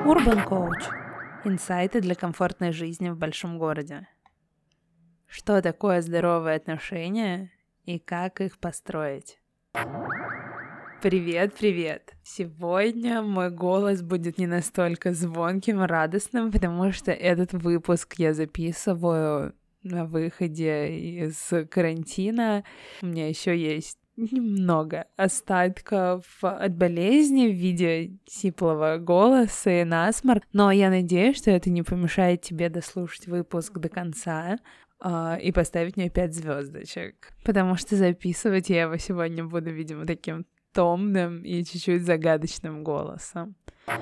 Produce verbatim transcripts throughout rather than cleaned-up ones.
Urban Coach. Инсайты для комфортной жизни в большом городе. Что такое здоровые отношения и как их построить? Привет, привет! Сегодня мой голос будет не настолько звонким и радостным, потому что этот выпуск я записываю на выходе из карантина. У меня еще есть немного остатков от болезни в виде сиплого голоса и насморк, но я надеюсь, что это не помешает тебе дослушать выпуск до конца uh, и поставить мне пять звездочек, потому что записывать я его сегодня буду, видимо, таким томным и чуть-чуть загадочным голосом.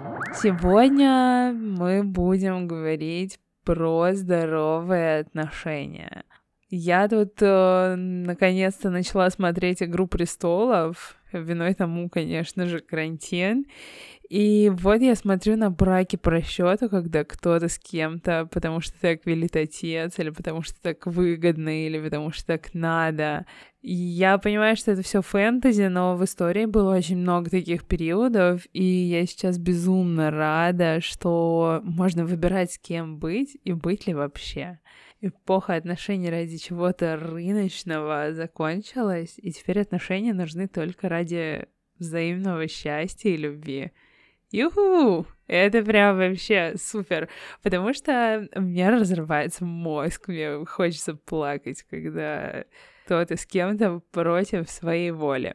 Сегодня мы будем говорить про здоровые отношения. Я тут э, наконец-то начала смотреть «Игру престолов», виной тому, конечно же, карантин. И вот я смотрю на браки по расчету, когда кто-то с кем-то, потому что так велит отец, или потому что так выгодно, или потому что так надо. И я понимаю, что это все фэнтези, но в истории было очень много таких периодов, и я сейчас безумно рада, что можно выбирать, с кем быть, и быть ли вообще. Эпоха отношений ради чего-то рыночного закончилась, и теперь отношения нужны только ради взаимного счастья и любви. Юху! Это прям вообще супер, потому что у меня разрывается мозг, мне хочется плакать, когда кто-то с кем-то против своей воли.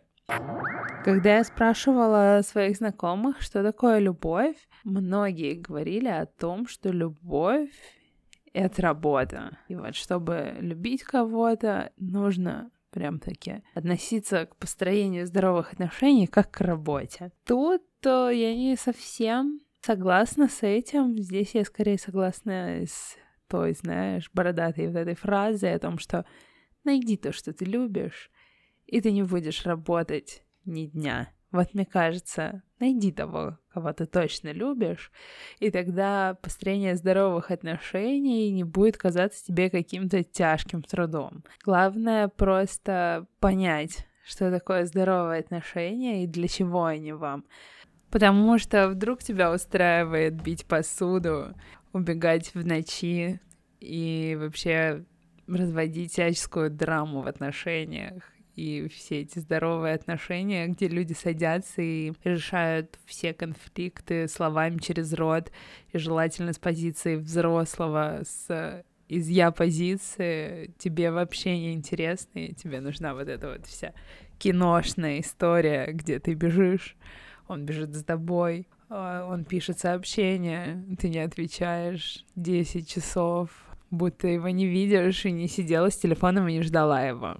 Когда я спрашивала своих знакомых, что такое любовь, многие говорили о том, что любовь — это работа. И вот чтобы любить кого-то, нужно прям-таки относиться к построению здоровых отношений как к работе. Тут то я не совсем согласна с этим. Здесь я скорее согласна с той, знаешь, бородатой вот этой фразой о том, что найди то, что ты любишь, и ты не будешь работать ни дня. Вот мне кажется, найди того, кого ты точно любишь, и тогда построение здоровых отношений не будет казаться тебе каким-то тяжким трудом. Главное просто понять, что такое здоровые отношения и для чего они вам. Потому что вдруг тебя устраивает бить посуду, убегать в ночи и вообще разводить всяческую драму в отношениях. И все эти здоровые отношения, где люди садятся и решают все конфликты словами через рот, и желательно с позиции взрослого, с из я-позиции, тебе вообще не интересно, и тебе нужна вот эта вот вся киношная история, где ты бежишь, он бежит за тобой, он пишет сообщение, ты не отвечаешь десять часов, будто его не видишь, и не сидела с телефоном и не ждала его.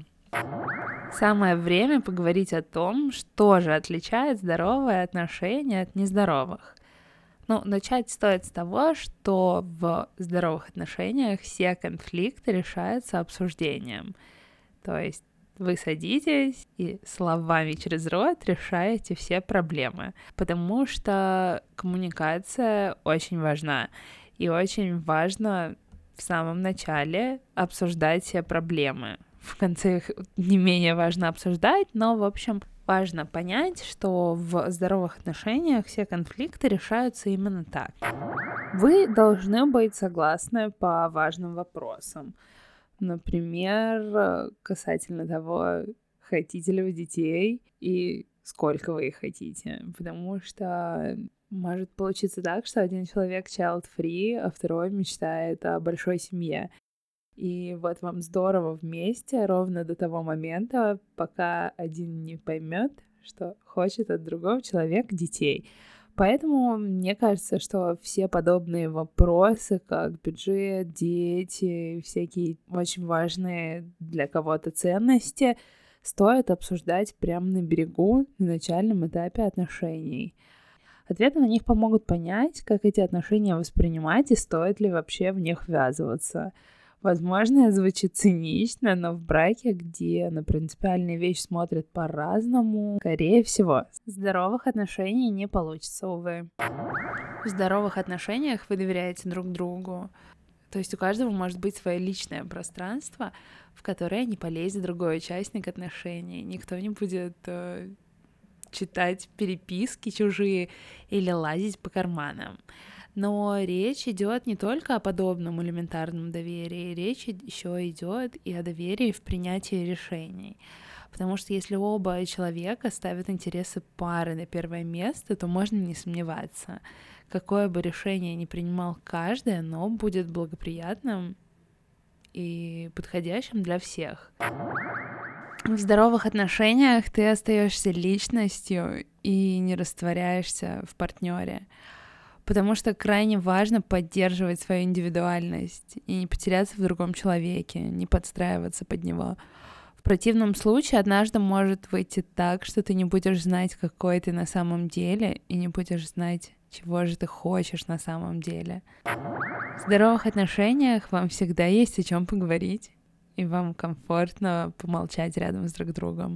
Самое время поговорить о том, что же отличает здоровые отношения от нездоровых. Ну, начать стоит с того, что в здоровых отношениях все конфликты решаются обсуждением. То есть вы садитесь и словами через рот решаете все проблемы, потому что коммуникация очень важна. И очень важно в самом начале обсуждать все проблемы. В конце их не менее важно обсуждать, но, в общем, важно понять, что в здоровых отношениях все конфликты решаются именно так. Вы должны быть согласны по важным вопросам. Например, касательно того, хотите ли вы детей и сколько вы их хотите. Потому что может получиться так, что один человек child-free, а второй мечтает о большой семье. И вот вам здорово вместе ровно до того момента, пока один не поймет, что хочет от другого человека детей. Поэтому мне кажется, что все подобные вопросы, как бюджет, дети, всякие очень важные для кого-то ценности, стоит обсуждать прямо на берегу, на начальном этапе отношений. Ответы на них помогут понять, как эти отношения воспринимать и стоит ли вообще в них ввязываться. Возможно, это звучит цинично, но в браке, где на принципиальные вещи смотрят по-разному, скорее всего, здоровых отношений не получится, увы. В здоровых отношениях вы доверяете друг другу. То есть у каждого может быть свое личное пространство, в которое не полезет другой участник отношений. Никто не будет э, читать переписки чужие или лазить по карманам. Но речь идет не только о подобном элементарном доверии, речь еще идет и о доверии в принятии решений. Потому что если оба человека ставят интересы пары на первое место, то можно не сомневаться, какое бы решение ни принимал каждый, оно будет благоприятным и подходящим для всех. В здоровых отношениях ты остаешься личностью и не растворяешься в партнере, потому что крайне важно поддерживать свою индивидуальность и не потеряться в другом человеке, не подстраиваться под него. В противном случае однажды может выйти так, что ты не будешь знать, какой ты на самом деле, и не будешь знать, чего же ты хочешь на самом деле. В здоровых отношениях вам всегда есть о чем поговорить, и вам комфортно помолчать рядом с друг другом.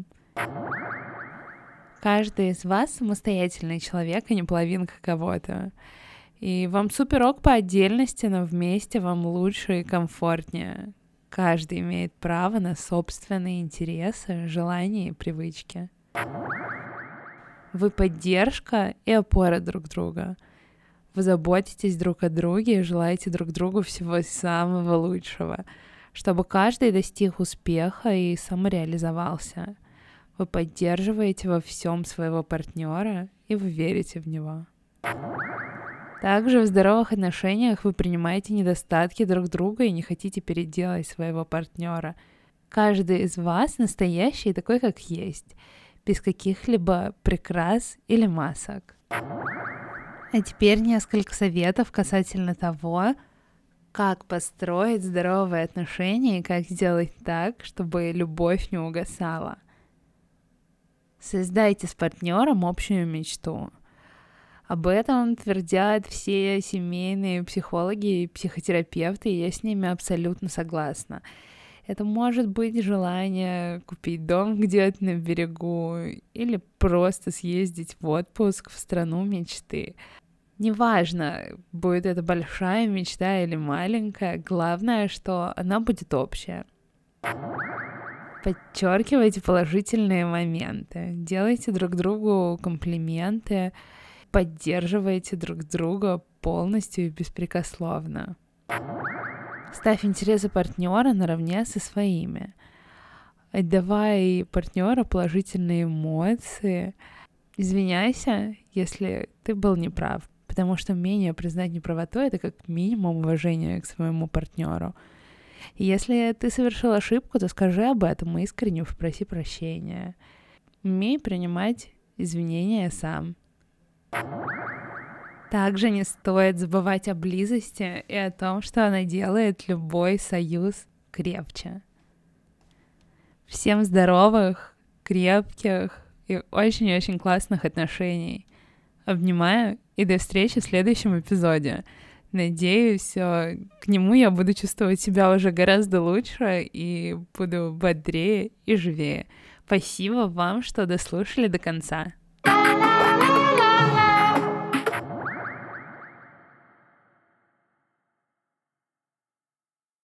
Каждый из вас самостоятельный человек, а не половинка кого-то. И вам супер ок по отдельности, но вместе вам лучше и комфортнее. Каждый имеет право на собственные интересы, желания и привычки. Вы поддержка и опора друг друга. Вы заботитесь друг о друге и желаете друг другу всего самого лучшего, чтобы каждый достиг успеха и самореализовался. Вы поддерживаете во всем своего партнера, и вы верите в него. Также в здоровых отношениях вы принимаете недостатки друг друга и не хотите переделать своего партнера. Каждый из вас настоящий такой, как есть, без каких-либо прикрас или масок. А теперь несколько советов касательно того, как построить здоровые отношения и как сделать так, чтобы любовь не угасала. Создайте с партнером общую мечту. Об этом твердят все семейные психологи и психотерапевты, и я с ними абсолютно согласна. Это может быть желание купить дом где-то на берегу или просто съездить в отпуск в страну мечты. Неважно, будет это большая мечта или маленькая, главное, что она будет общая. Подчеркивайте положительные моменты, делайте друг другу комплименты, поддерживайте друг друга полностью и беспрекословно. Ставь интересы партнера наравне со своими. Отдавай партнеру положительные эмоции. Извиняйся, если ты был неправ, потому что умение признать неправоту — это как минимум уважение к своему партнеру. И если ты совершил ошибку, то скажи об этом и искренне попроси прощения. Умей принимать извинения сам. Также не стоит забывать о близости и о том, что она делает любой союз крепче. Всем здоровых, крепких и очень-очень классных отношений. Обнимаю и до встречи в следующем эпизоде. Надеюсь, к нему я буду чувствовать себя уже гораздо лучше и буду бодрее и живее. Спасибо вам, что дослушали до конца.